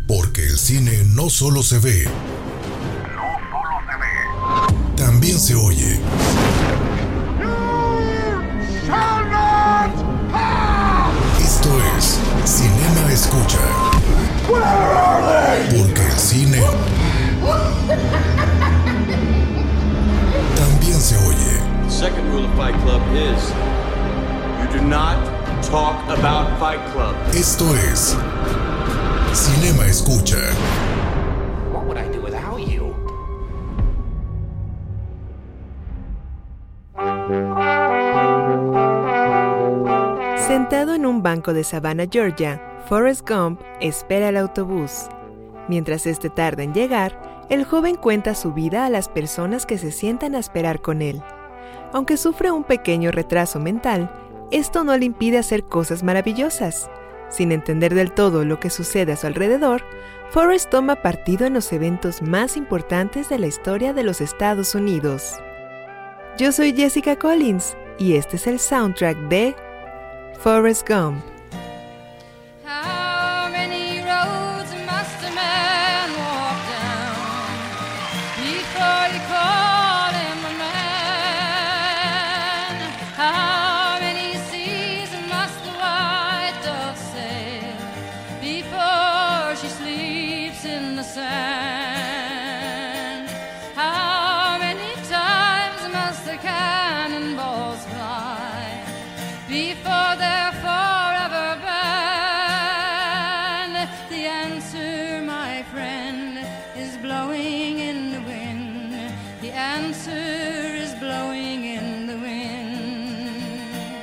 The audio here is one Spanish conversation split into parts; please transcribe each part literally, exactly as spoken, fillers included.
Porque el cine no solo se ve, No solo se ve. también se oye. You shall not pass. Esto es Cinema Escucha. Where are they? Porque el cine también se oye. The second rule of Fight Club is you do not talk about Fight Club. Esto es Cinema Escucha. What would I do without you? Sentado en un banco de Savannah, Georgia, Forrest Gump espera el autobús. Mientras este tarda en llegar, el joven cuenta su vida a las personas que se sientan a esperar con él. Aunque sufre un pequeño retraso mental, esto no le impide hacer cosas maravillosas. Sin entender del todo lo que sucede a su alrededor, Forrest toma partido en los eventos más importantes de la historia de los Estados Unidos. Yo soy Jessica Collins y este es el soundtrack de Forrest Gump. How many roads must a man walk down before you call him a man? How many seas must the white dove sail before she sleeps in the sand? How many times must the cannonballs fly before they're forever banned? The answer, my friend, is blowing in the wind. The answer is blowing in the wind.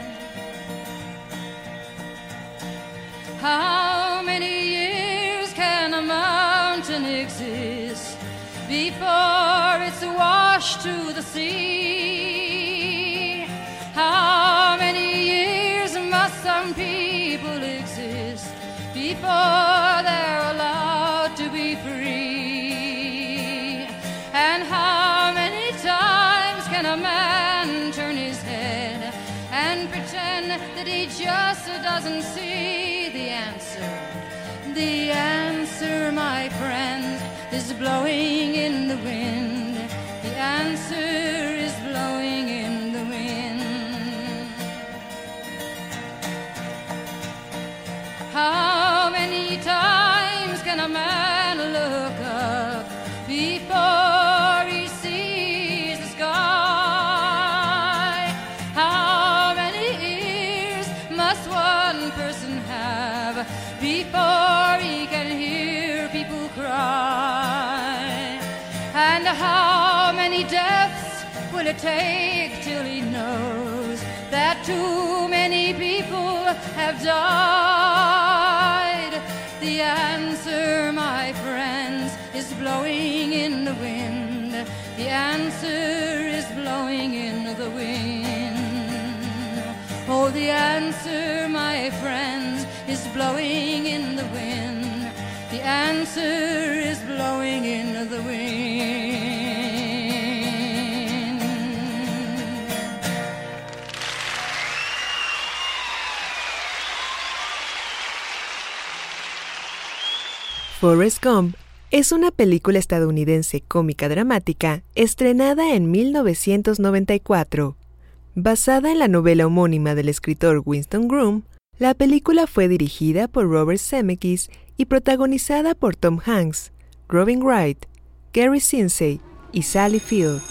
How many years can a mountain exist before it's washed to the sea? How many years must some people exist before they're allowed to be free? And how many times can a man turn his head and pretend that he just doesn't see? The answer, the answer, my friends, is blowing in the wind. The answer is blowing in the wind. How many times can a man look up before he sees the sky? How many ears must one person have before he can hear people cry? And how many deaths will it take till he knows that too many people have died? The answer, my friends, is blowing in the wind. The answer is blowing in the wind. Oh, the answer, my friends, is blowing in the wind. The answer is blowing in the wind. Forrest Gump es una película estadounidense cómica dramática estrenada en mil novecientos noventa y cuatro. Basada en la novela homónima del escritor Winston Groom, la película fue dirigida por Robert Zemeckis y protagonizada por Tom Hanks, Robin Wright, Gary Sinise y Sally Field.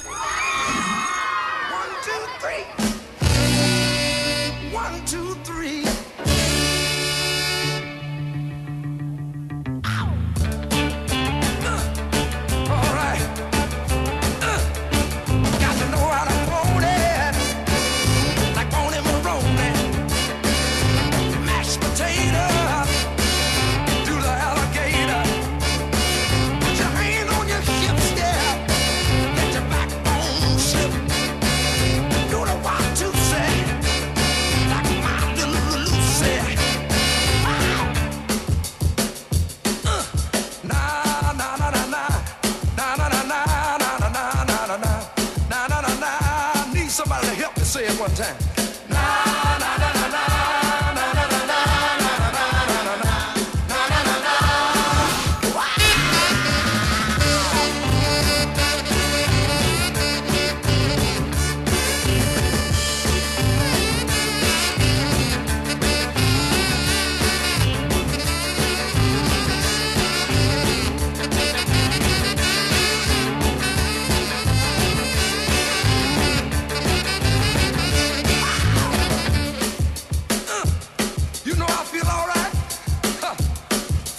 Say it one time.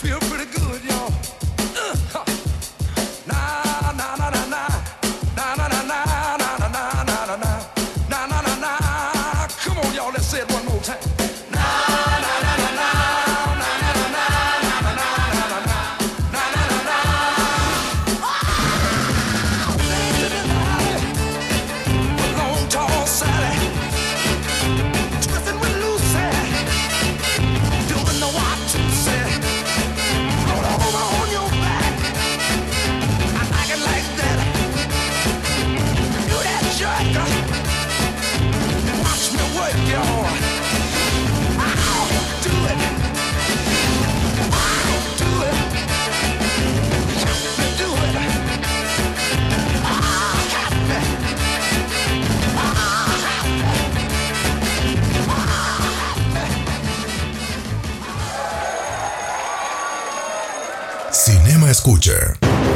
feel pretty good, y'all. Uh, huh. Nah, nah, nah, nah, nah. Nah, nah, nah, nah, nah, nah, nah, nah, nah, nah. Nah, nah, nah, nah. Come on, y'all, let's say it one more time. Nah, nah, nah, nah, nah, nah, nah, nah, nah, nah, nah, nah, nah, nah, nah, nah, nah. Ah! Baby, long tall Sally, twisting with Lucy, doing the what to say. Roll over on your back, I like it like that. Do that jerk, watch me work, y'all. I'll do it. I'll do it. Help me do it. Ah, help me. Cinema Escucha.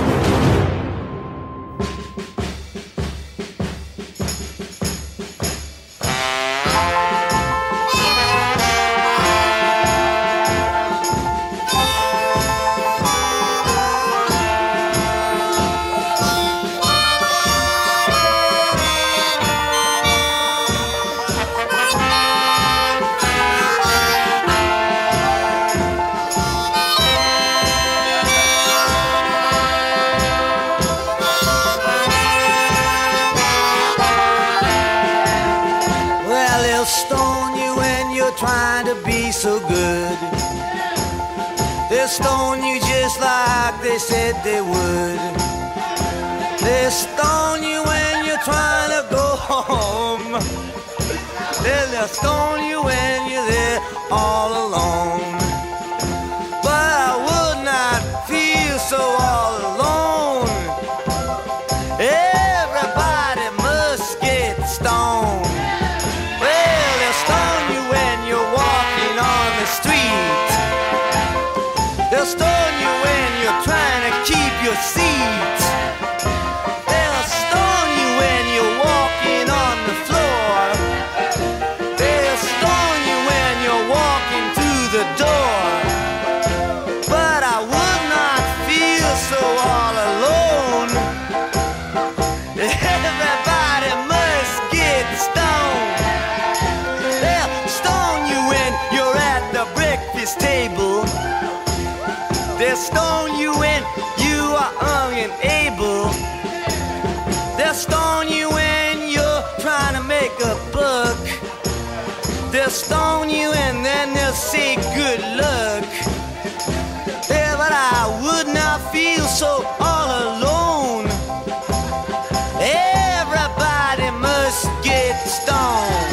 Well, they'll stone you when you're trying to be so good. They'll stone you just like they said they would. They'll stone you when you're trying to go home. Then they'll stone you when you're there all alone. But I would not feel so all alone. Everybody must get stoned. Well, they'll stone you when you're walking on the street. They'll stone you when you're trying to keep your seat. They'll stone you when you're walking on the floor. They'll stone you when you're walking through the door. But I would not feel so all alone. Everybody must get stoned. They'll stone you when you're at the breakfast table. They'll stone you when you are unable. They'll stone you when you're trying to make a buck. They'll stone you and then they'll say good luck. Yeah, but I would not feel so all alone. Everybody must get stoned.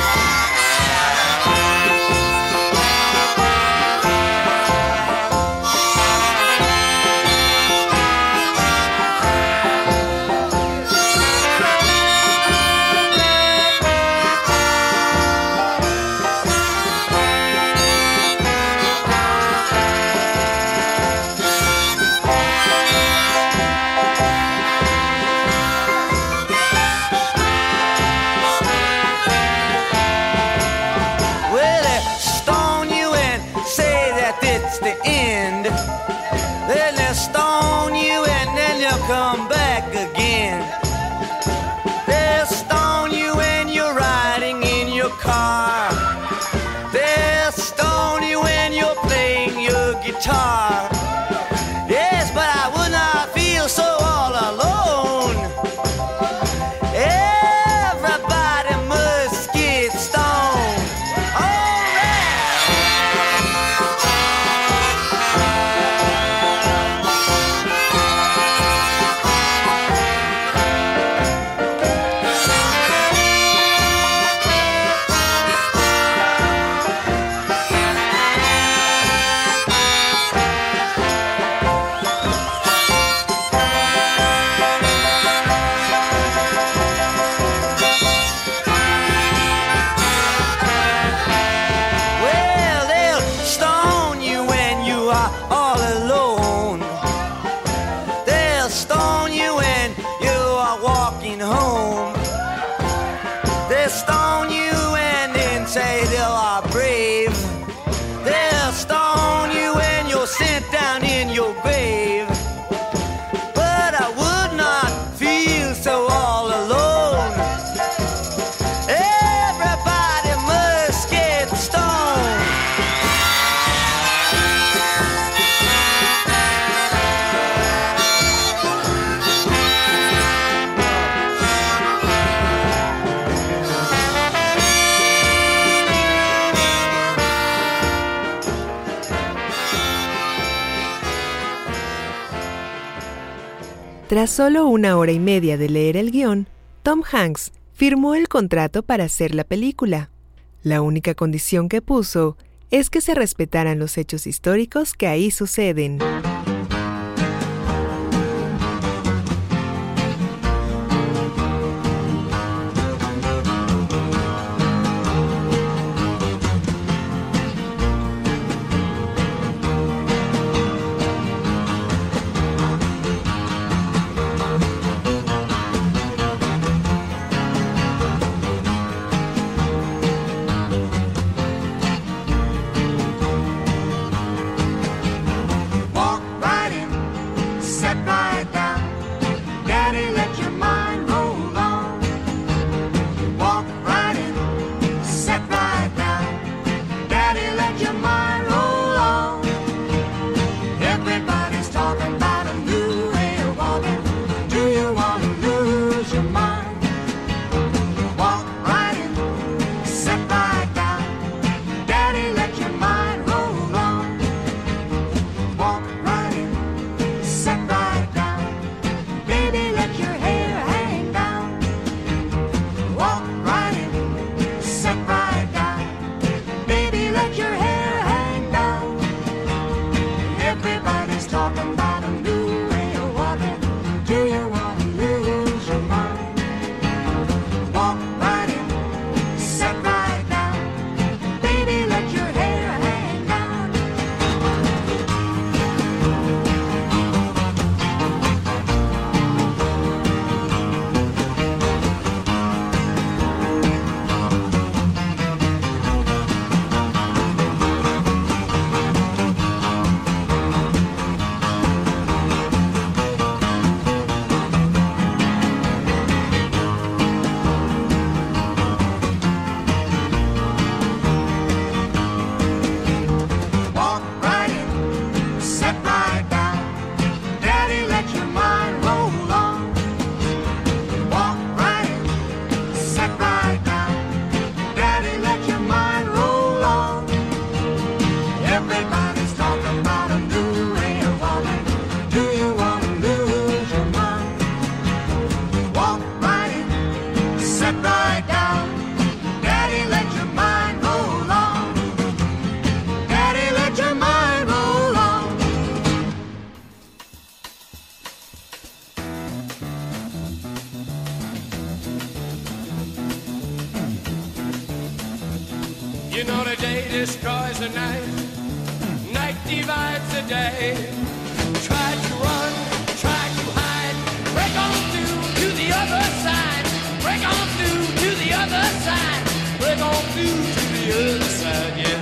Well, they stone you and say that it's the end. Then they stone you and then you'll come back again. They'll stone you when you're riding in your car. They'll stone you when you're playing your guitar. Yes, but I would not feel so all alone. Everybody must get stoned. All right. Well, they'll stone you when you are all alone. They'll stone you when you are walking home. They'll stone you and then say they are brave. They'll stone you when you're sent down in your grave. But I would not feel so all alone. Everybody must get stoned. Tras solo una hora y media de leer el guión, Tom Hanks firmó el contrato para hacer la película. La única condición que puso es que se respetaran los hechos históricos que ahí suceden. You know the day destroys the night, night divides the day. Try to run, try to hide, break on through to the other side, break on through to the other side, break on through to the other side, yeah.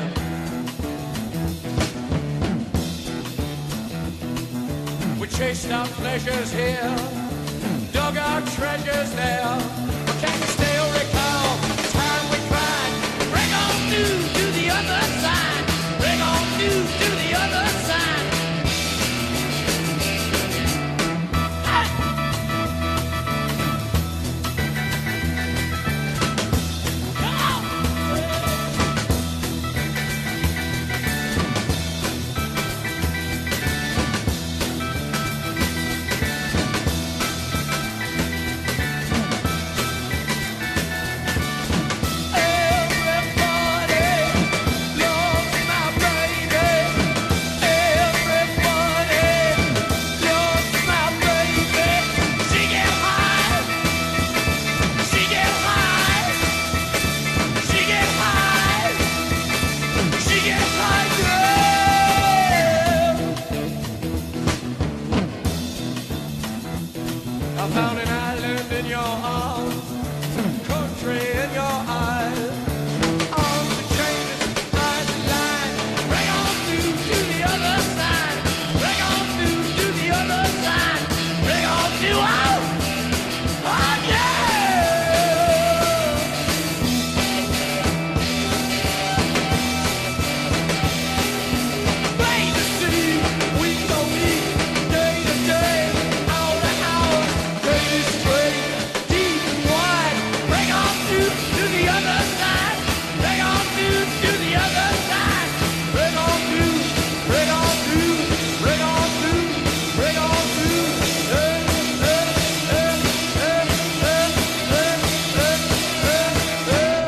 We chased our pleasures here, dug our treasures there, but can you still recall the time we cried? Break on through to the other side, break on through to the other side.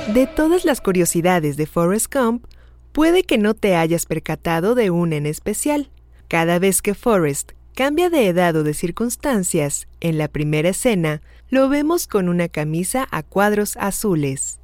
De todas las curiosidades de Forrest Gump, puede que no te hayas percatado de una en especial. Cada vez que Forrest cambia de edad o de circunstancias, en la primera escena, lo vemos con una camisa a cuadros azules.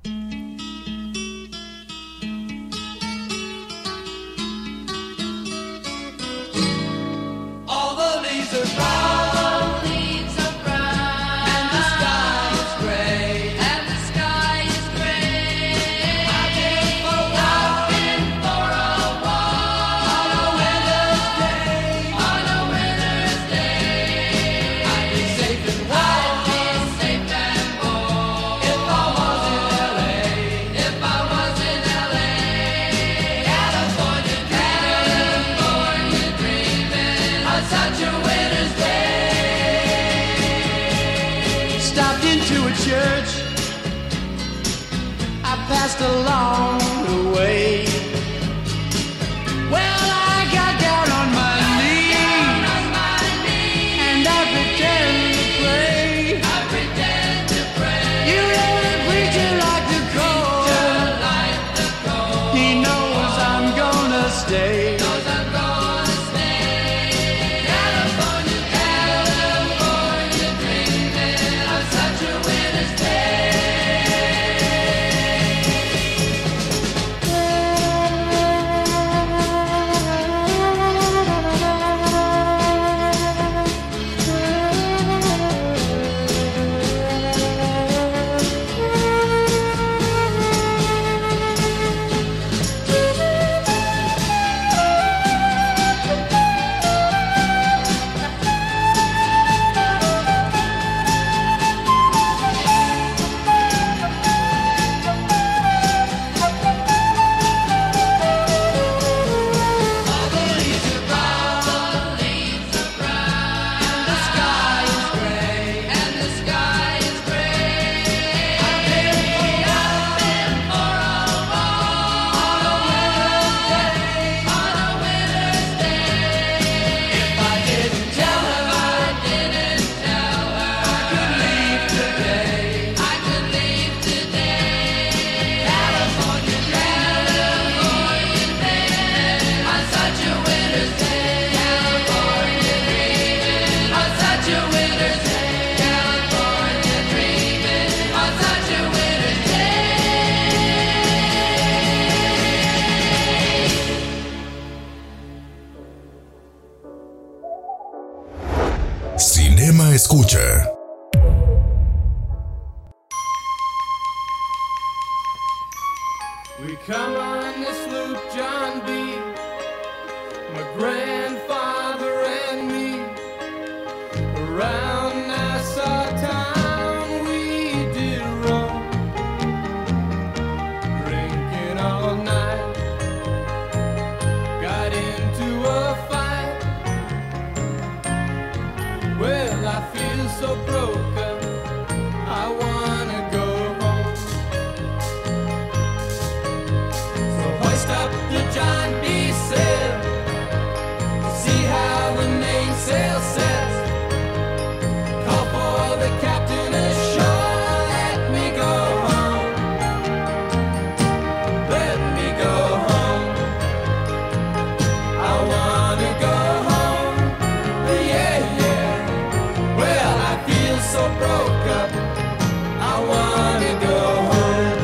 Passed along the way. Well, I got down on my knees, and I pretend to pray. I pretend to pray. You know the preacher like the cold. He knows I'm gonna stay. Knows I'm gonna stay. California, California, dreaming of such a winter's day. Cinema Escucha. We come on this loop, John B., my grandfather and me, around Nassau town we did roam, drinking all night, got into a fight. Well, I feel so broke up, I wanna go home. So hoist up the John B. sail, see how the mainsail sets. Call for the captain ashore, let me go home. Let me go home. I wanna go home. Yeah, yeah. Well, I feel so broke up, I wanna go home.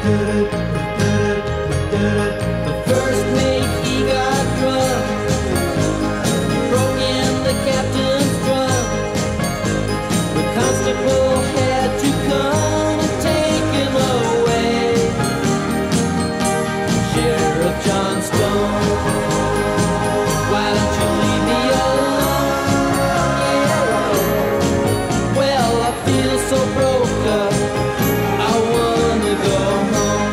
The first mate, he got drunk, broke in the captain's drum. The constable had to come and take him away. Sheriff John Stone, why don't you leave me alone? Yeah. Well, I feel so broke up, I wanna go home.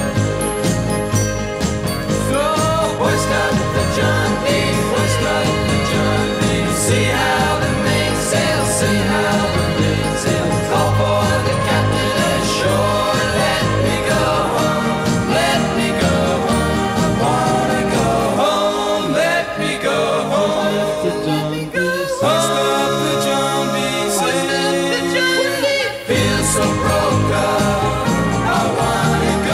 So hoist up the John B., hoist up the John B. See how the mainsail, see how the mainsail. Call for the captain ashore, let me go home, let me go home. I wanna go home, let me go home. Hoist up the John B., hoist up the John B. Feel so broke up, I wanna go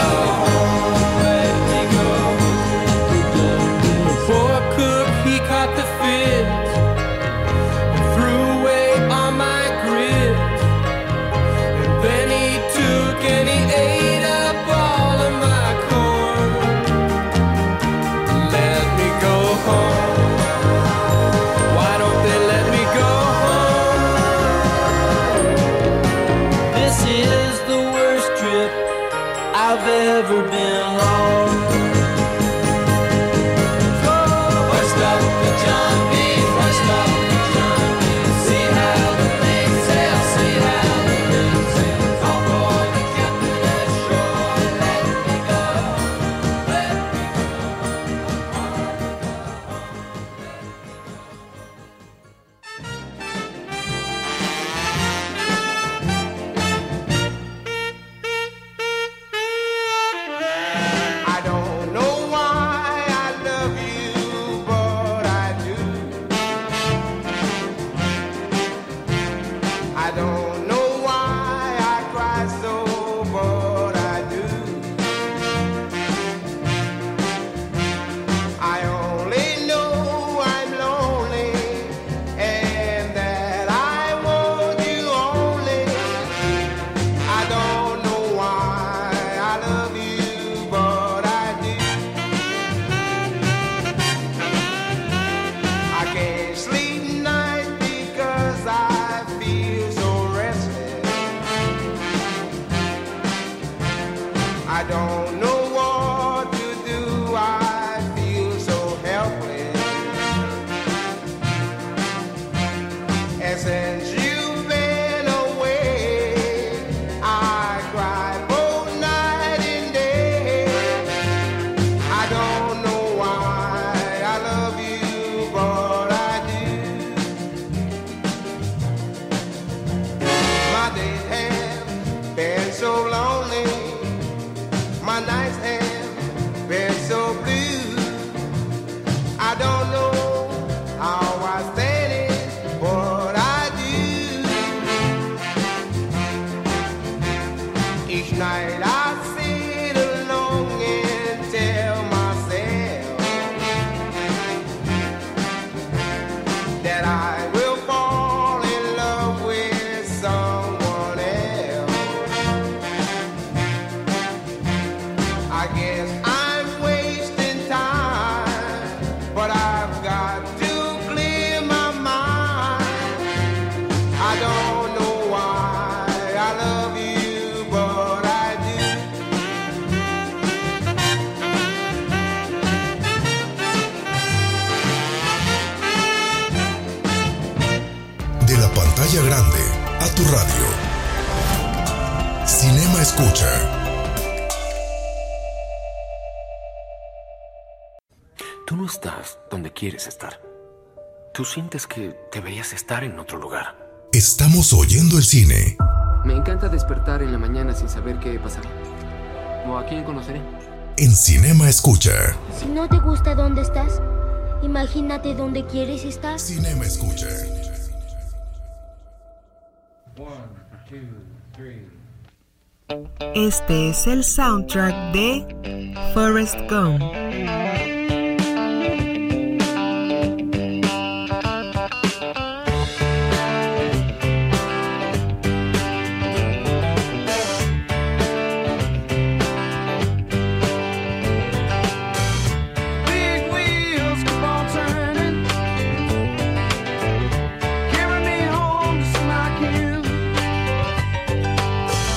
pantalla grande, a tu radio. Cinema Escucha. Tú no estás donde quieres estar. Tú sientes que deberías estar en otro lugar. Estamos oyendo el cine. Me encanta despertar en la mañana sin saber qué pasará. ¿O a quién conoceré? En Cinema Escucha. Si no te gusta dónde estás, imagínate dónde quieres estar. Cinema Escucha. Este es el soundtrack de Forrest Gump.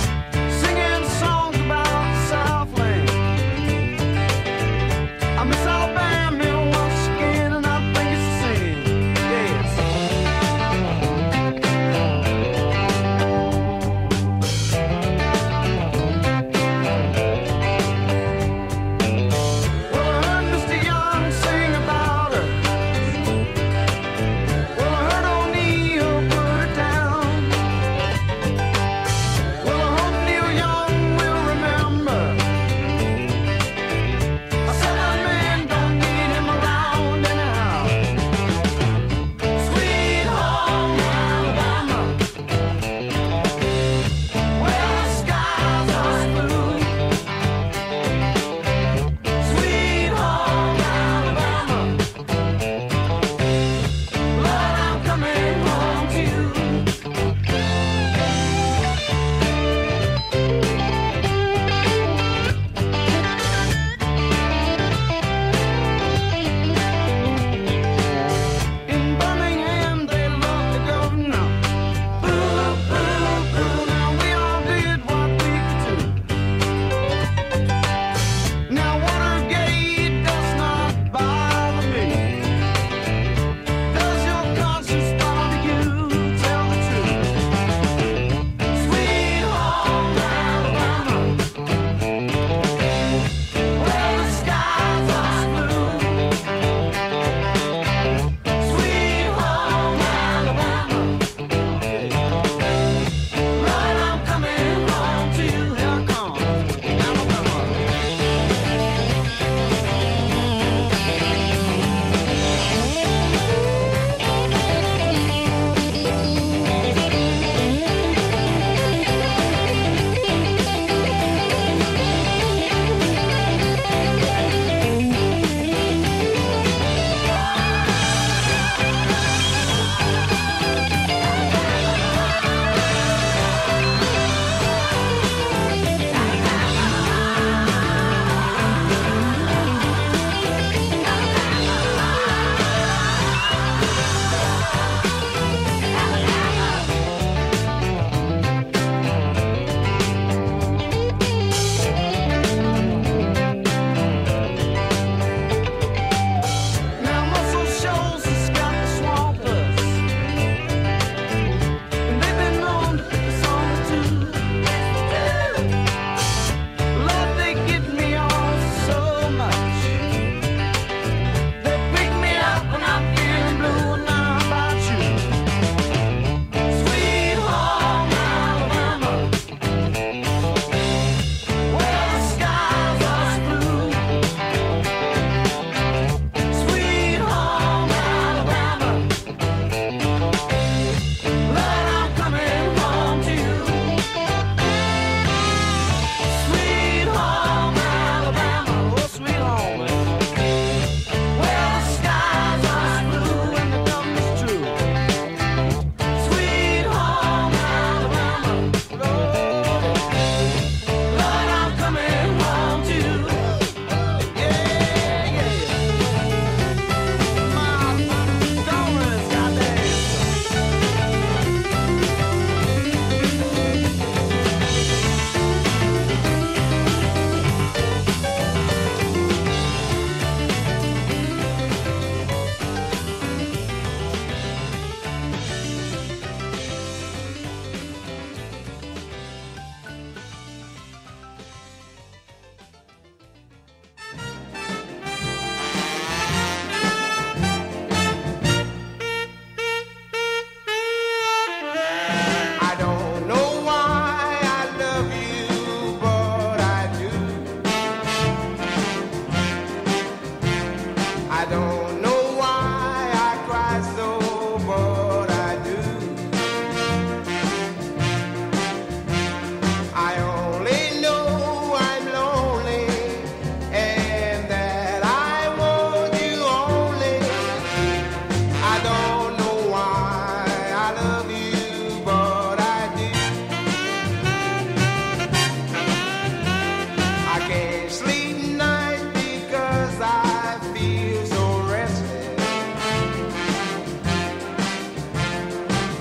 I'm a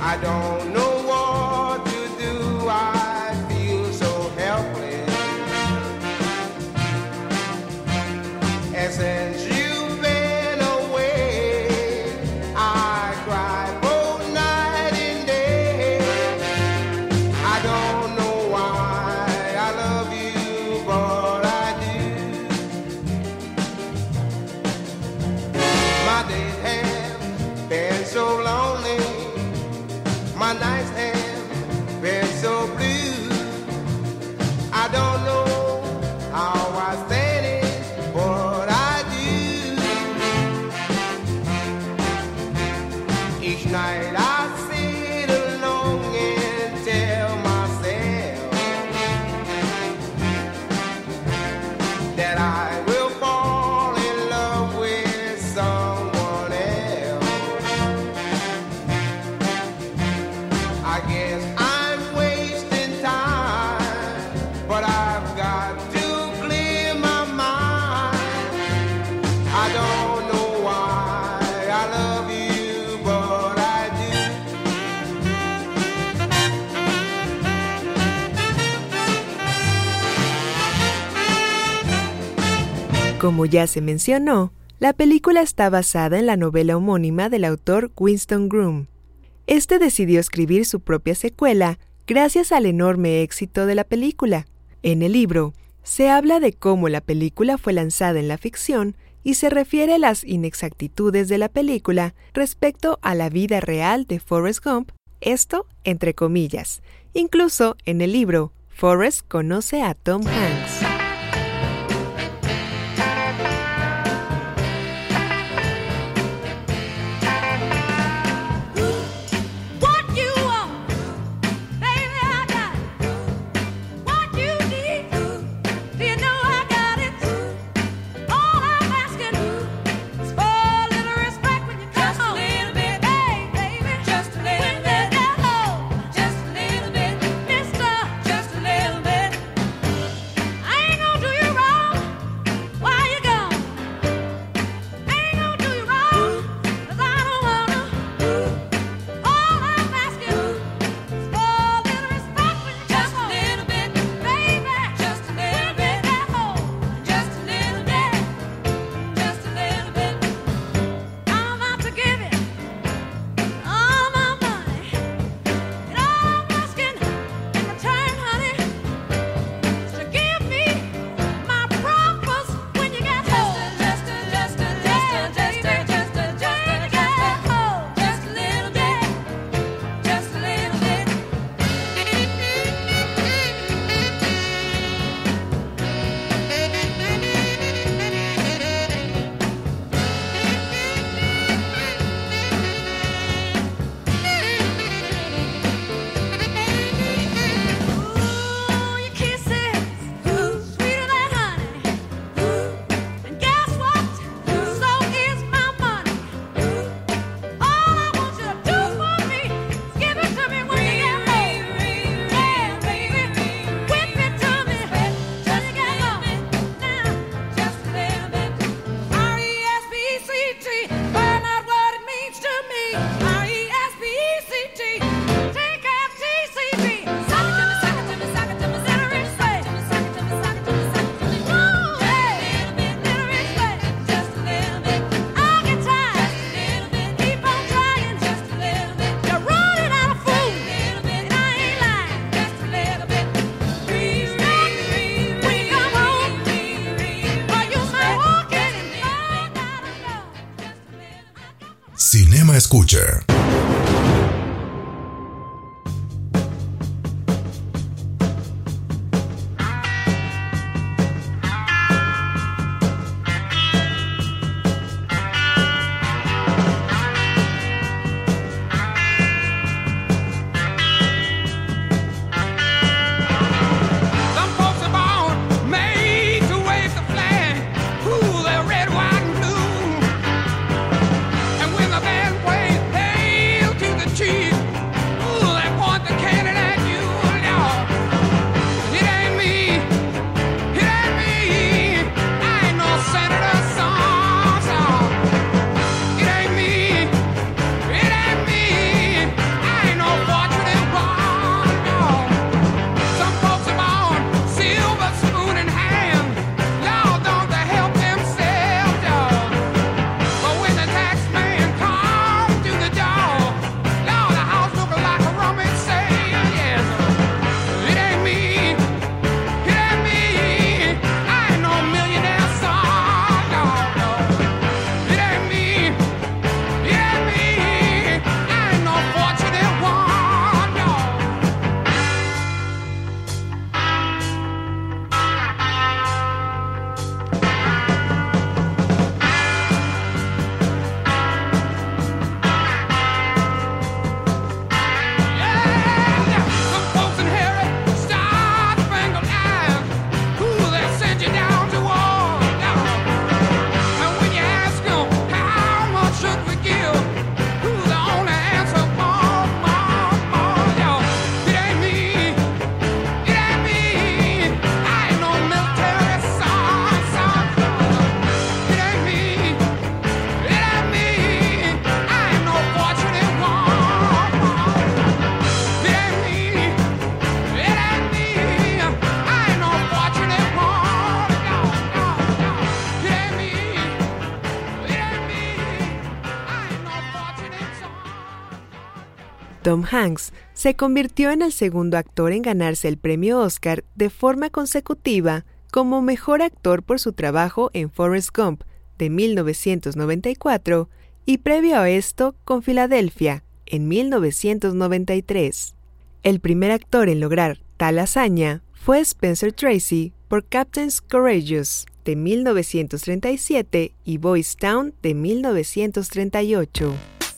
I don't know what to do, I feel so helpless. And since you've been away, I cry both night and day. I don't know why I love you, but I do. My days have been so lonely, my nights have been so blue. I don't know how I stand it, but I do. Each night I sit alone and tell myself that I will fall in love with someone else. I guess I'm wasting time, but I've got to clear my mind. I don't know why I love you, but I do. Como ya se mencionó, la película está basada en la novela homónima del autor Winston Groom. Este decidió escribir su propia secuela gracias al enorme éxito de la película. En el libro, se habla de cómo la película fue lanzada en la ficción y se refiere a las inexactitudes de la película respecto a la vida real de Forrest Gump, esto entre comillas. Incluso en el libro, Forrest conoce a Tom Hanks. Cinema Escucha. Hey! Tom Hanks se convirtió en el segundo actor en ganarse el premio Oscar de forma consecutiva como mejor actor por su trabajo en Forrest Gump de mil novecientos noventa y cuatro y previo a esto con Filadelfia en mil novecientos noventa y tres. El primer actor en lograr tal hazaña fue Spencer Tracy por Captain's Courageous de mil novecientos treinta y siete y Boys Town de mil novecientos treinta y ocho.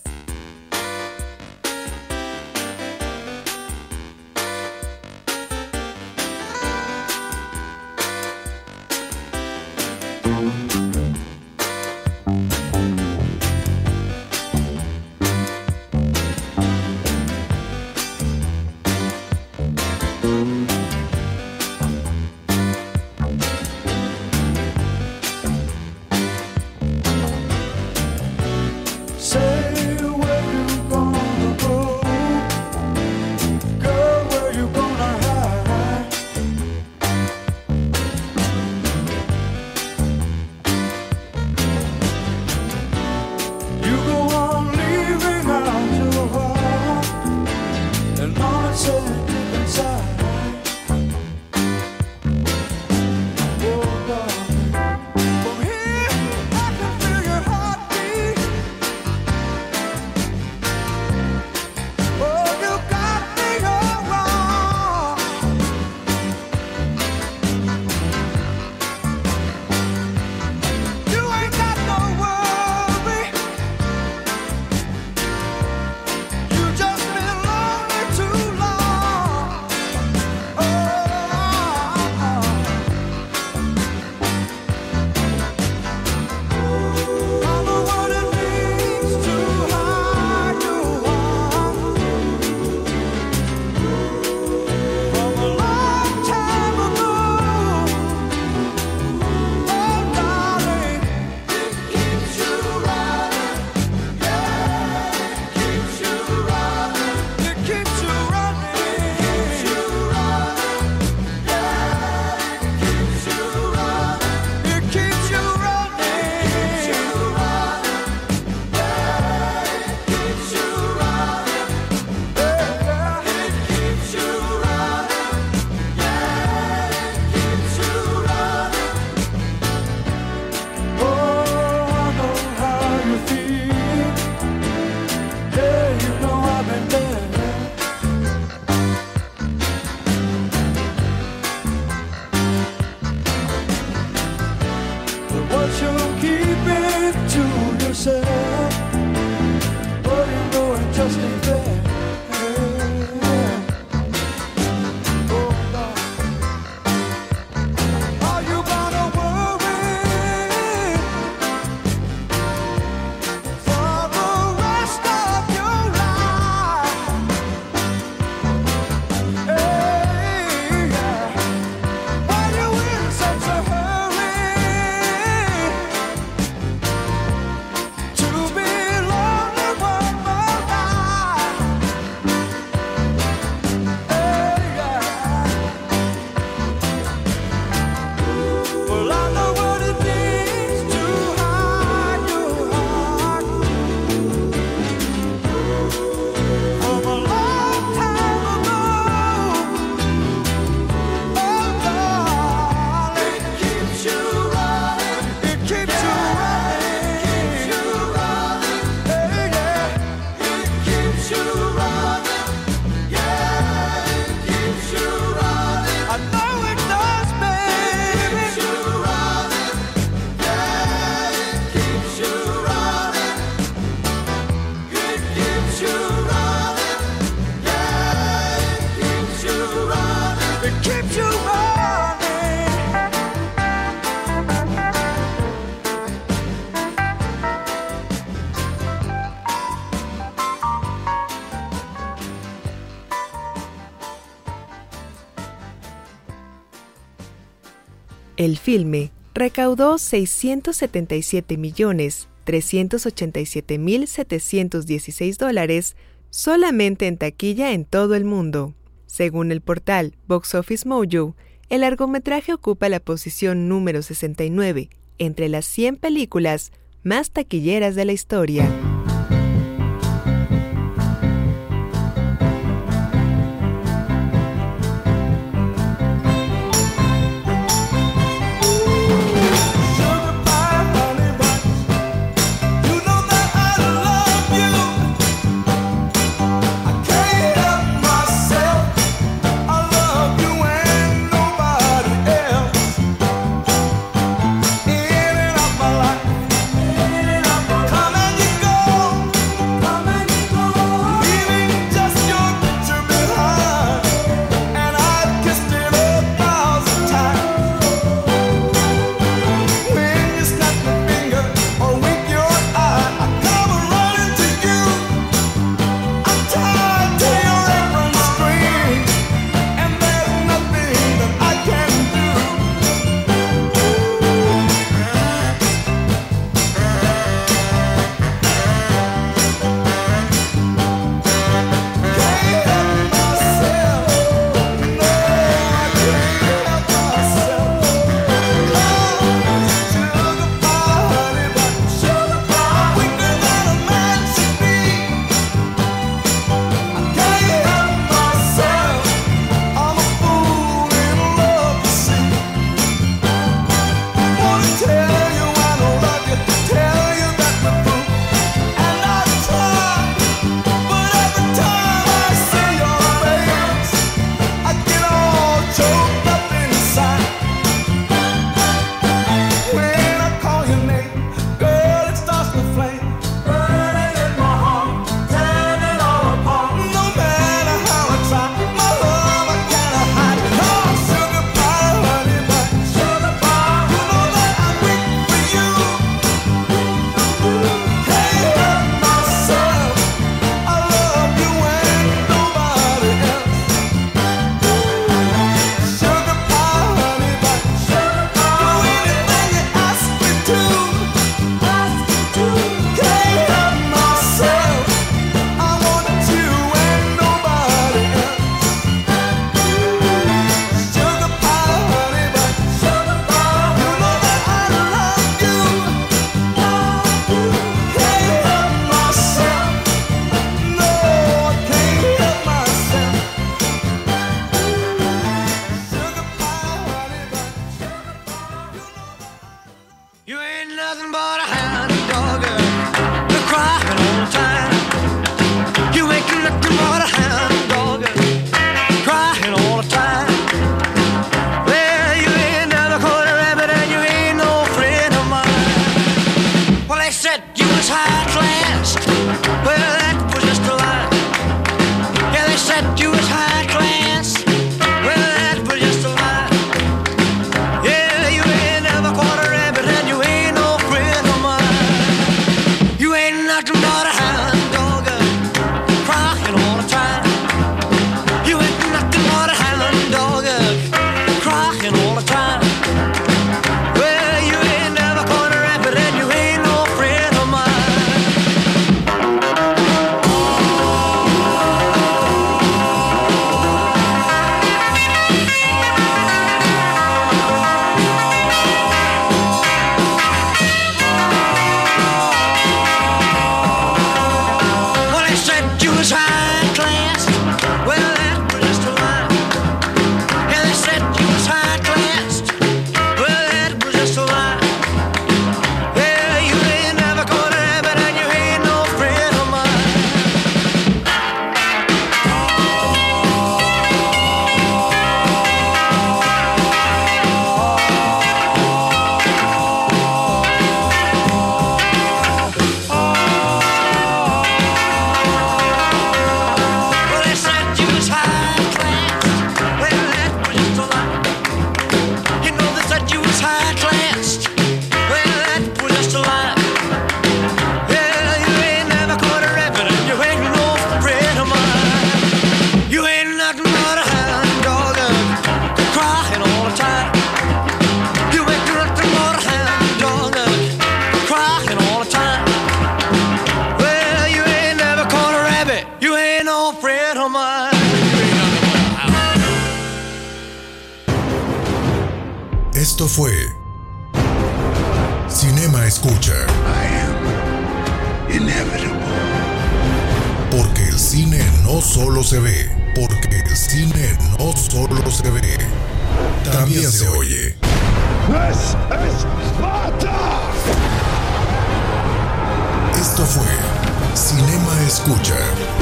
El filme recaudó seiscientos setenta y siete millones trescientos ochenta y siete mil setecientos dieciséis dólares solamente en taquilla en todo el mundo. Según el portal Box Office Mojo, el largometraje ocupa la posición número sesenta y nueve entre las cien películas más taquilleras de la historia. Esto fue Cinema Escucha. Porque el cine no solo se ve, porque el cine no solo se ve, también se oye. ¡Es Esparta! Esto fue Cinema Escucha.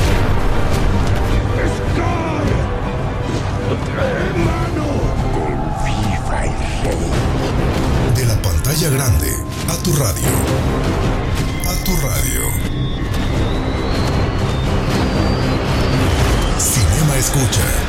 ¡Hermano! ¡Que viva el rey! De la pantalla grande a tu radio. A tu radio. Cinema Escucha.